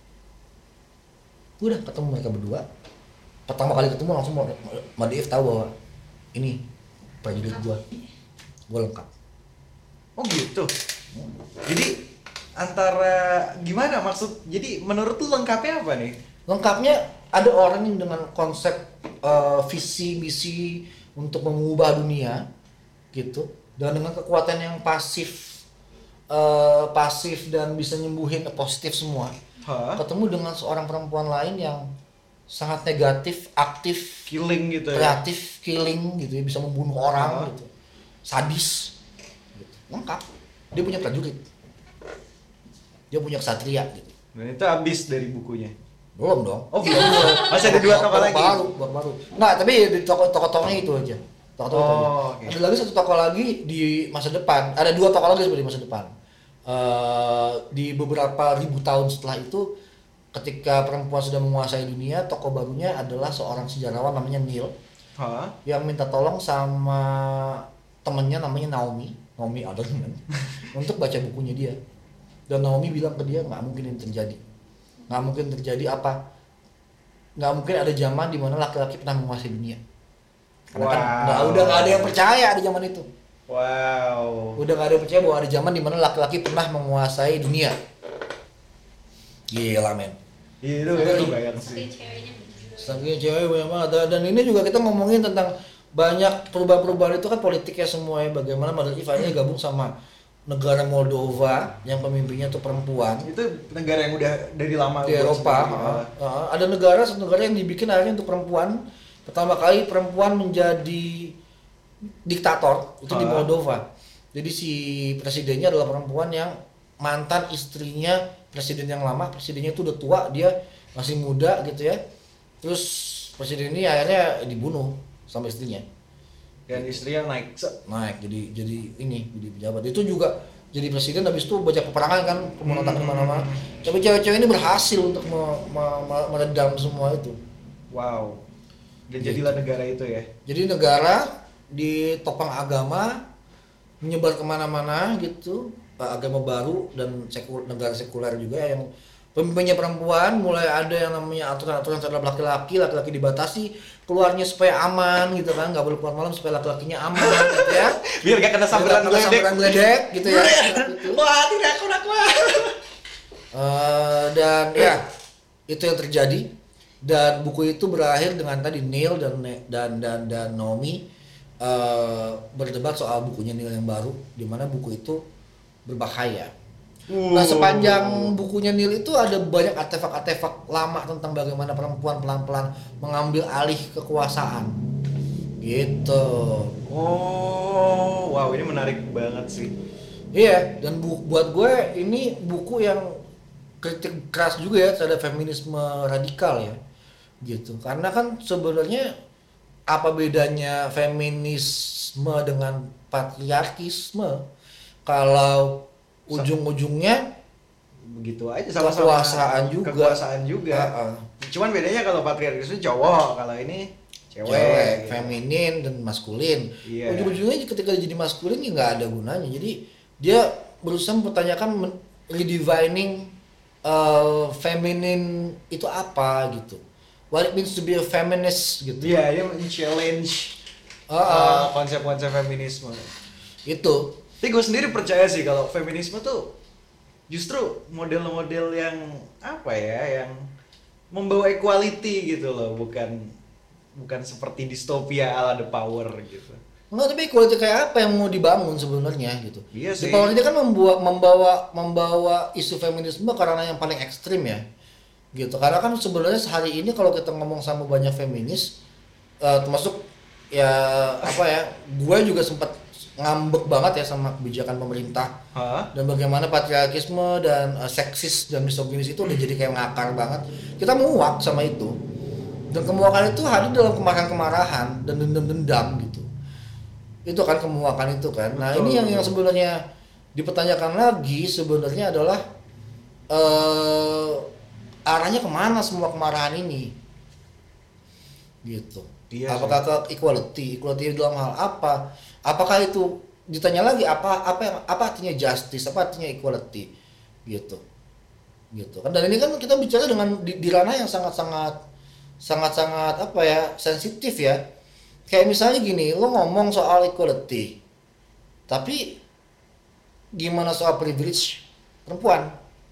Udah ketemu mereka berdua. Pertama kali ketemu langsung Mother Eve tahu bahwa ini prajurit gua, gua lengkap. Oh gitu. Jadi antara gimana maksud? Jadi menurut lu lengkapnya apa nih? Lengkapnya ada orang yang dengan konsep eh, visi misi untuk mengubah dunia gitu dan dengan kekuatan yang pasif eh, pasif dan bisa nyembuhin positif semua Hah? ketemu dengan seorang perempuan lain yang sangat negatif aktif Killing gitu ya? kreatif killing gitu ya bisa membunuh orang Ah. gitu sadis gitu. Lengkap dia punya prajurit dia punya ksatria gitu Dan itu habis dari bukunya. belum dong. Oh belum. Masih ada dua toko lagi. Baru, baru, baru. Nggak, tapi di toko toko tokonya itu aja. Toko toko itu aja. Oh, oke. Ada lagi satu toko lagi di masa depan. Ada dua toko lagi sebenarnya di masa depan. Eh, di beberapa ribu tahun setelah itu, ketika perempuan sudah menguasai dunia, toko barunya adalah seorang sejarawan namanya Neil. Hah? yang minta tolong sama temennya namanya Naomi, Naomi Alden kan, untuk baca bukunya dia. Dan Naomi bilang ke dia nggak mungkin ini terjadi, nggak mungkin terjadi apa, nggak mungkin ada zaman di mana laki-laki pernah menguasai dunia. Karena kan Wow. nggak, udah nggak ada yang percaya di zaman itu. Wow. Udah nggak ada yang percaya bahwa ada zaman di mana laki-laki pernah menguasai dunia. Gila men. Iya, itu itu bayar sih. Saking ceweknya begitu. Saking cewek banyak banget. Dan- Dan ini juga kita ngomongin tentang banyak perubahan-perubahan itu kan politiknya semua ya. Bagaimana Madrid akhirnya gabung sama negara Moldova yang pemimpinnya tuh perempuan Itu negara yang udah dari lama di buat Eropa. sendiri, uh, uh, ada negara satu negara yang dibikin akhirnya untuk perempuan. Pertama kali perempuan menjadi diktator itu di Ah. Moldova. Jadi si presidennya adalah perempuan yang mantan istrinya presiden yang lama. Presidennya itu udah tua, dia masih muda gitu ya. Terus presiden ini akhirnya dibunuh sama istrinya. dan istrinya naik. Set. Naik jadi jadi ini jadi pejabat. Itu juga jadi presiden, habis itu banyak peperangan kan, pemberontakan Hmm. kemana-mana. Tapi cewek-cewek ini berhasil untuk me- me- me- meredam semua itu. Wow. Dan Gitu. jadilah negara itu ya. Jadi negara ditopang agama, menyebar kemana-mana gitu, eh, agama baru dan sekul, negara sekuler juga yang pemimpinnya perempuan. Mulai ada yang namanya aturan-aturan terhadap laki-laki, laki-laki dibatasi keluarnya supaya aman gitu kan, nggak boleh keluar malam supaya laki-lakinya aman gitu ya. Biar gak kena sambaran Nggak kena geledek. sambaran geledek gitu ya. Gitu. Wah, tidak aku nak wah. Eh, dan ya itu yang terjadi, dan buku itu berakhir dengan tadi Neil dan dan dan dan Naomi eh, berdebat soal bukunya Neil yang baru, di mana buku itu berbahaya. Nah, sepanjang bukunya Neil itu ada banyak artefak-artefak lama tentang bagaimana perempuan pelan-pelan mengambil alih kekuasaan gitu. Oh, wow, ini menarik banget sih. Iya, dan bu- buat gue ini buku yang kritik keras juga ya terhadap feminisme radikal ya, gitu. Karena kan sebenarnya apa bedanya feminisme dengan patriarkisme kalau ujung-ujungnya Begitu aja sama-sama kekuasaan juga. Kekuasaan juga. Uh-uh. Cuman bedanya kalau patriarkis itu cowok, kalau ini cewek. cewek, gitu. feminin dan maskulin. Iya. Ujung-ujungnya ketika dia jadi maskulin ya nggak ada gunanya. Jadi dia berusaha mempertanyakan men- redefining uh, feminine itu apa gitu. What it means to be a feminist gitu. Iya, dia men-challenge Uh-uh. uh, konsep-konsep feminisme. Itu. Tapi gue sendiri percaya sih kalau feminisme tuh justru model-model yang apa ya, yang membawa equality gitu loh, bukan bukan seperti distopia ala The Power gitu. Enggak, tapi equality kayak apa yang mau dibangun sebenarnya gitu. Iya The sih. Power ini kan membawa membawa membawa isu feminisme karena yang paling ekstrim ya. Gitu. Karena kan sebenarnya sehari ini kalau kita ngomong sama banyak feminis eh, termasuk ya apa ya, gue juga sempat ngambek banget ya sama kebijakan pemerintah Hah? dan bagaimana patriarkisme dan uh, seksis dan misoginis itu udah jadi kayak ngakar banget. Kita muak sama itu, dan kemuakan itu hadir dalam kemarahan-kemarahan dan dendam-dendam gitu. Itu kan kemuakan itu kan. Nah, Betul, ini yang betul. yang sebenarnya dipertanyakan lagi sebenarnya adalah uh, arahnya kemana semua kemarahan ini gitu. Iya, Apakah ke equality? Equality dalam hal apa? Apakah itu ditanya lagi apa apa yang apa artinya justice, apa artinya equality gitu. Gitu kan. Dan ini kan kita bicara dengan di, di ranah yang sangat-sangat sangat-sangat apa ya, sensitif ya. Kayak misalnya gini, lo ngomong soal equality. Tapi gimana soal privilege perempuan?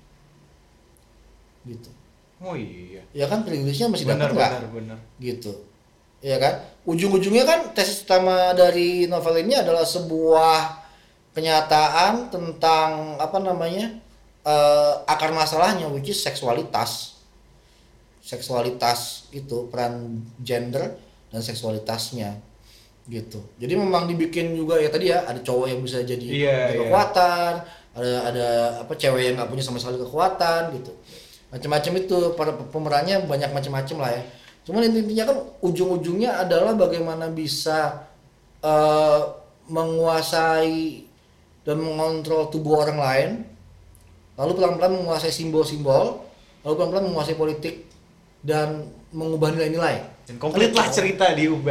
Gitu. Oh iya. Ya kan privilege-nya masih Benar, dapat nggak? benar, benar. Gitu. Ya kan? Ujung-ujungnya kan tesis utama dari novel ini adalah sebuah kenyataan tentang apa namanya? eh, akar masalahnya, which is seksualitas. Seksualitas itu, peran gender dan seksualitasnya gitu. Jadi memang dibikin juga ya tadi ya, ada cowok yang bisa jadi Iya, punya iya. kekuatan, ada ada apa cewek yang nggak punya sama sekali kekuatan gitu. Macam-macam itu, para pemerannya banyak macam-macam lah ya. Cuman intinya kan ujung-ujungnya adalah bagaimana bisa uh, menguasai dan mengontrol tubuh orang lain, lalu pelan-pelan menguasai simbol-simbol, lalu pelan-pelan menguasai politik dan mengubah nilai-nilai. Dan komplit lah cerita diubah.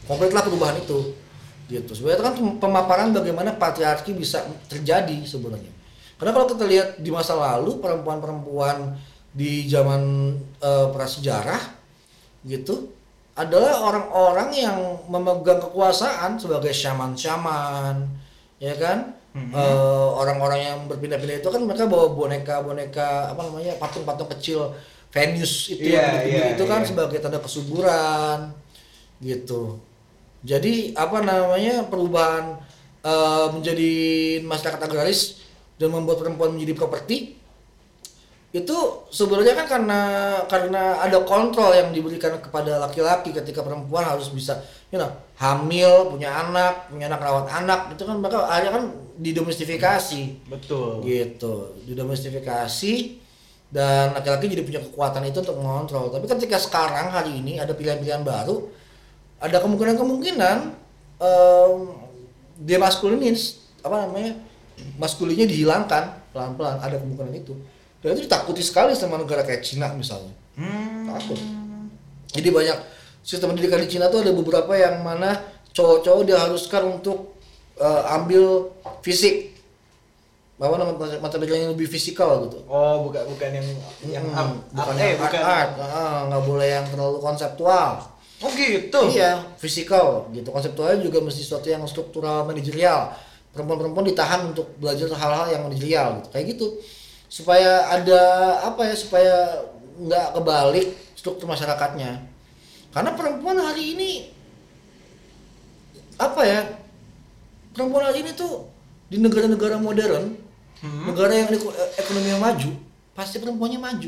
Konkretlah perubahan itu. Gitu. Sebenarnya itu kan pemaparan bagaimana patriarki bisa terjadi sebenarnya. Karena kalau kita lihat di masa lalu perempuan-perempuan di zaman uh, prasejarah gitu adalah orang-orang yang memegang kekuasaan sebagai syaman-syaman, ya kan? Mm-hmm. Uh, orang-orang yang berpindah-pindah itu kan mereka bawa boneka-boneka apa namanya patung-patung kecil Venus itu yeah, yang yeah, itu kan yeah. sebagai tanda kesuburan gitu. Jadi apa namanya perubahan uh, menjadi masyarakat agraris dan membuat perempuan menjadi properti itu sebenarnya kan karena karena ada kontrol yang diberikan kepada laki-laki ketika perempuan harus bisa, you know, hamil, punya anak, punya anak rawat anak itu kan mereka akhirnya kan didomestifikasi. Betul. Gitu, didomestifikasi dan laki-laki jadi punya kekuatan itu untuk mengontrol. Tapi ketika sekarang hari ini ada pilihan-pilihan baru, ada kemungkinan-kemungkinan um, demaskulinis apa namanya maskulinnya dihilangkan pelan-pelan, ada kemungkinan itu. Dan itu ditakuti sekali sama negara kayak Cina misalnya. Hmm. Takut. Jadi banyak sistem pendidikan di Cina tuh ada beberapa yang mana cowok-cowok diharuskan untuk uh, ambil fisik, apa namanya mata pelajaran yang lebih fisikal gitu. Oh, bukan bukan yang yang hmm, up, bukan up, yang eh, bukan art, nggak uh, boleh yang terlalu konseptual. Oh gitu. Iya, fisikal gitu. Konseptualnya juga mesti sesuatu yang struktural, manajerial. Perempuan-perempuan ditahan untuk belajar hal-hal yang manajerial gitu. Kayak gitu. Supaya ada apa ya, supaya nggak kebalik struktur masyarakatnya. Karena perempuan hari ini apa ya? Perempuan hari ini tuh di negara-negara modern, hmm. negara yang ekonominya maju, pasti perempuannya maju.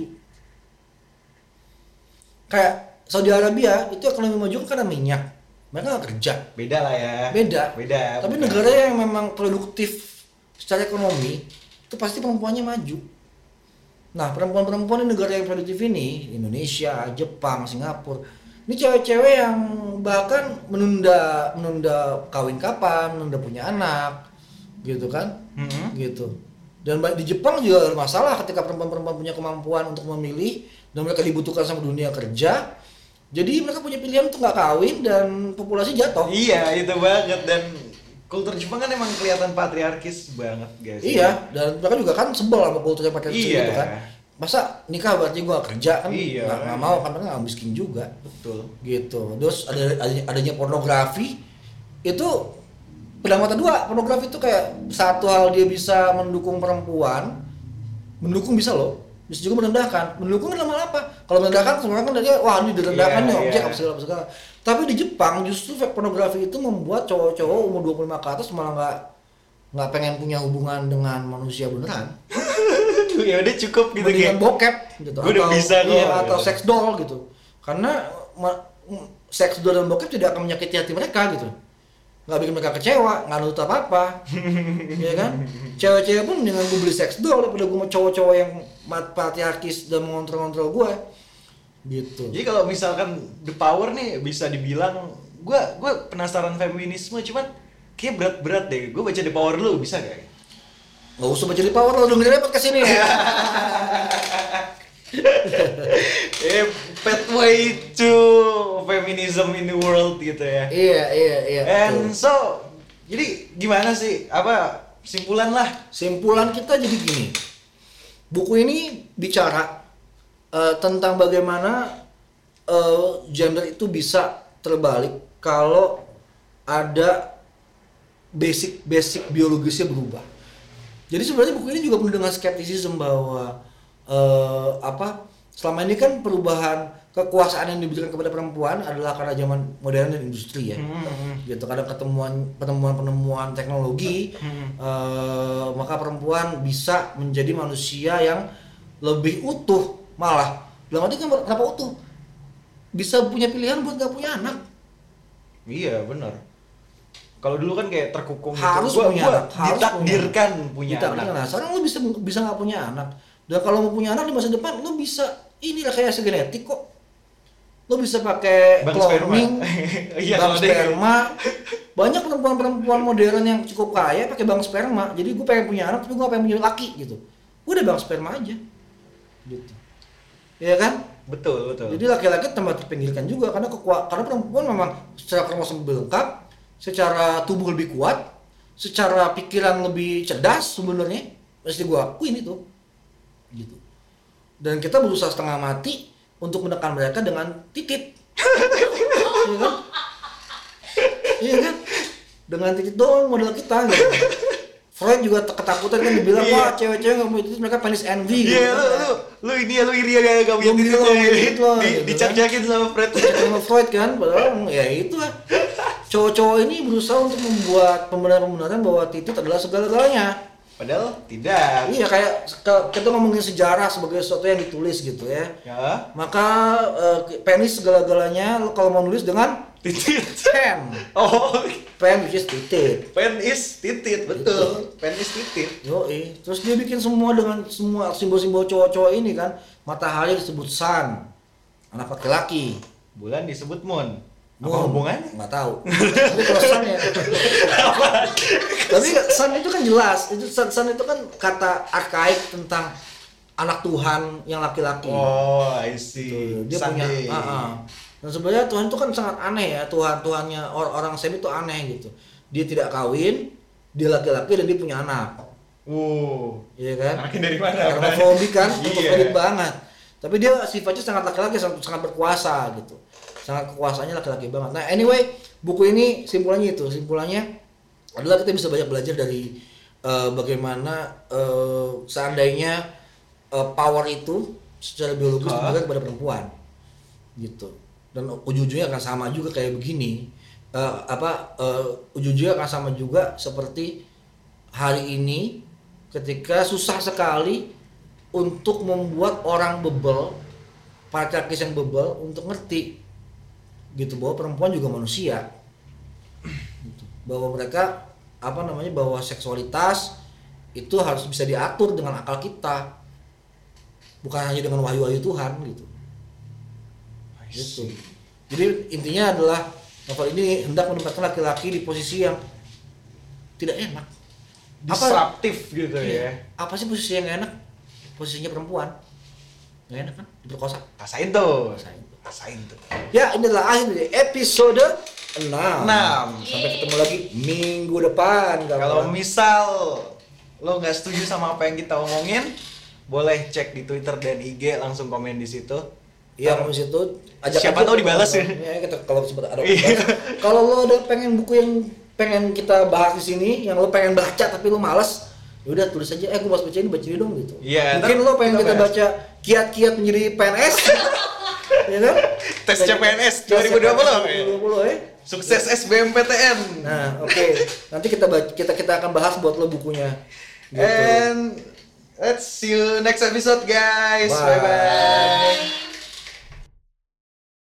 Kayak Saudi Arabia itu ekonomi maju kan karena minyak, mereka nggak kerja. Beda lah ya. Beda. Beda. Tapi bukan. negara yang memang produktif secara ekonomi itu pasti perempuannya maju. Nah, perempuan-perempuan di negara yang produktif ini, Indonesia, Jepang, Singapura, ini cewek-cewek yang bahkan menunda menunda kawin kapan, menunda punya anak, gitu kan? Mm-hmm. Gitu. Dan di Jepang juga ada masalah ketika perempuan-perempuan punya kemampuan untuk memilih dan mereka dibutuhkan sama dunia kerja. Jadi mereka punya pilihan untuk nggak kawin dan populasi jatuh. Iya, itu banget. Dan kultur Jepang kan emang kelihatan patriarkis banget guys. Iya, dan mereka juga kan sebel sama kulturnya patriarkis iya. gitu kan. Masa nikah berarti gua kerja kan? Iya. Nggak, nggak mau kan, mereka nggak miskin juga. Betul. Gitu. Terus ada adanya pornografi itu pedang mata dua. Pornografi itu kayak satu hal dia bisa mendukung perempuan, mendukung bisa loh. Bisa juga merendahkan. Mendukung dalam hal apa? Kalau merendahkan semua kan dia wah ini direndahkan nih, objek apa segala segala. Tapi di Jepang justru pornografi itu membuat cowok-cowok umur dua puluh lima ke atas malah nggak nggak pengen punya hubungan dengan manusia beneran. Ya udah cukup gitu kayak bokep gitu. Gue udah bisa kok. Iya, atau seks doll gitu. Karena ma- seks doll dan bokep tidak akan menyakiti hati mereka gitu. Nggak bikin mereka kecewa, nggak nuntut apa-apa. Ya kan? Cewek-cewek pun dengan gue beli seks doll daripada gue mau cowok-cowok yang patriarkis dan mengontrol-kontrol gue. Gitu. Jadi kalau misalkan The Power nih bisa dibilang, gue gue penasaran feminisme, cuman kayak berat-berat deh. Gue baca The Power dulu, bisa gak? Gak usah baca The Power, lo dengerin podcast ini ya. eh, pathway to feminism in the world gitu ya. Iya, iya, iya. And betul. So, jadi gimana sih? Apa simpulan lah? Simpulan kita jadi gini. Buku ini bicara Uh, tentang bagaimana uh, gender itu bisa terbalik kalau ada basic-basic biologisnya berubah. Jadi sebenarnya buku ini juga penuh dengan skeptisisme bahwa uh, apa selama ini kan perubahan kekuasaan yang diberikan kepada perempuan adalah karena zaman modern dan industri ya. Hmm. Gitu kadang ketemuan penemuan-penemuan teknologi hmm. uh, maka perempuan bisa menjadi manusia yang lebih utuh. Malah, dalam arti kan kenapa utuh? Bisa punya pilihan buat gak punya anak. Iya benar. Kalau dulu kan kayak terkukung harus gitu. punya Gua, anak, harus ditakdirkan punya, punya ditakdirkan anak. Nah, sekarang lu bisa bisa nggak punya anak. Dan kalau mau punya anak di masa depan, lu bisa inilah kayak genetik kok. Lu bisa pakai cloning, iya, bank sperma. Banyak perempuan-perempuan modern yang cukup kaya pakai bank sperma. Jadi gue pengen punya anak, tapi gue pengen punya laki gitu. Gue udah bank sperma aja. Gitu. Ya kan? betul betul. Jadi laki-laki tambah terpinggirkan juga karena kekuat karena perempuan memang secara kromosom lebih lengkap, secara tubuh lebih kuat, secara pikiran lebih cerdas sebenarnya. Pasti gua akuin itu. Gitu. Dan kita berusaha setengah mati untuk menekan mereka dengan titit. Iya kan? Iya kan? Dengan titit doang modal kita gitu. Freud juga ketakutan kan dibilang Iya. wah cewek-cewek nggak punya titit mereka penis envy gitu. Iya, kan. lu, lu, lu ini ya, lu iri ya gak punya Lu titik gila, ya. punya titik lo, Di, gitu kan. dicak-cakin sama Fred. Sama Freud kan, padahal ya itu lah. Cowok-cowok ini berusaha untuk membuat pembenaran-pembenaran bahwa titit adalah segala-galanya. Padahal tidak. Iya kayak ke- kita ngomongin sejarah sebagai sesuatu yang ditulis gitu ya. Ya, Maka eh, penis segala-galanya lo kalau mau nulis dengan titit. pen. Oh, Pen which is titit. pen is titit, betul. Pen is titit. Yoi. Terus dia bikin semua dengan semua simbol-simbol cowok-cowok ini kan. Matahari disebut sun. Anak laki-laki. Bulan disebut moon. Apa Moon. hubungannya? Nggak tahu. Tapi kalau sun ya. Tapi sun itu kan jelas. Itu sun, sun itu kan kata arkaik tentang anak Tuhan yang laki-laki. Oh, I see. Tuh, dia punya. Sunday. ah, ah. Dan sebenarnya Tuhan itu kan sangat aneh ya. Tuhan Tuhannya or- orang Sem itu aneh gitu. Dia tidak kawin, dia laki-laki dan dia punya anak. Wow. Iya kan? Anaknya dari mana? Hermafrodit kan, Iya. hermafrodit banget. Tapi dia sifatnya sangat laki-laki, sangat, sangat berkuasa gitu. Sangat kekuasaannya laki-laki banget. Nah, anyway, buku ini simpulannya itu, simpulannya adalah kita bisa banyak belajar dari eh, bagaimana eh, seandainya eh, power itu secara biologis Ah. diberikan kepada perempuan. Gitu. Dan ujung-ujungnya akan sama juga kayak begini. Eh, apa eh, ujung-ujungnya akan sama juga seperti hari ini ketika susah sekali untuk membuat orang bebel, patriarkis yang bebel untuk ngerti gitu bahwa perempuan juga manusia. Gitu. Bahwa mereka apa namanya bahwa seksualitas itu harus bisa diatur dengan akal kita. Bukan hanya dengan wahyu-wahyu Tuhan gitu. Gitu. Jadi intinya adalah novel ini hendak menempatkan laki-laki di posisi yang tidak enak. Disruptif gitu Iya. ya. Apa sih posisi yang gak enak? Posisinya perempuan. Gak enak kan? Diperkosa. Rasain tuh. Rasain. Rasain tuh. Ya, ini adalah akhir dari episode enam. Enam. Sampai ketemu lagi minggu depan. Kalau kawan. misal lo nggak setuju sama apa yang kita omongin, boleh cek di Twitter dan I G, langsung komen di situ. Iya, kalau situ ajak Siapa aja tahu dibalas ya. Ya, kita kalau sempat ada. Iya. Kalau lo ada pengen buku yang pengen kita bahas di sini, yang lo pengen baca tapi lo malas, ya udah tulis aja, eh gue mau baca ini, baca ini dong gitu. Iya, Mungkin ntar lo pengen kita kita bahas. baca kiat-kiat menjadi P N S. Ya kan? Tes C P N S dua ribu dua puluh. dua ribu dua puluh ya. Sukses S B M P T N. Nah, oke. Nanti kita baca, kita kita akan bahas buat lo bukunya. Gitu. And let's see you next episode guys. Bye. Bye bye. Bye.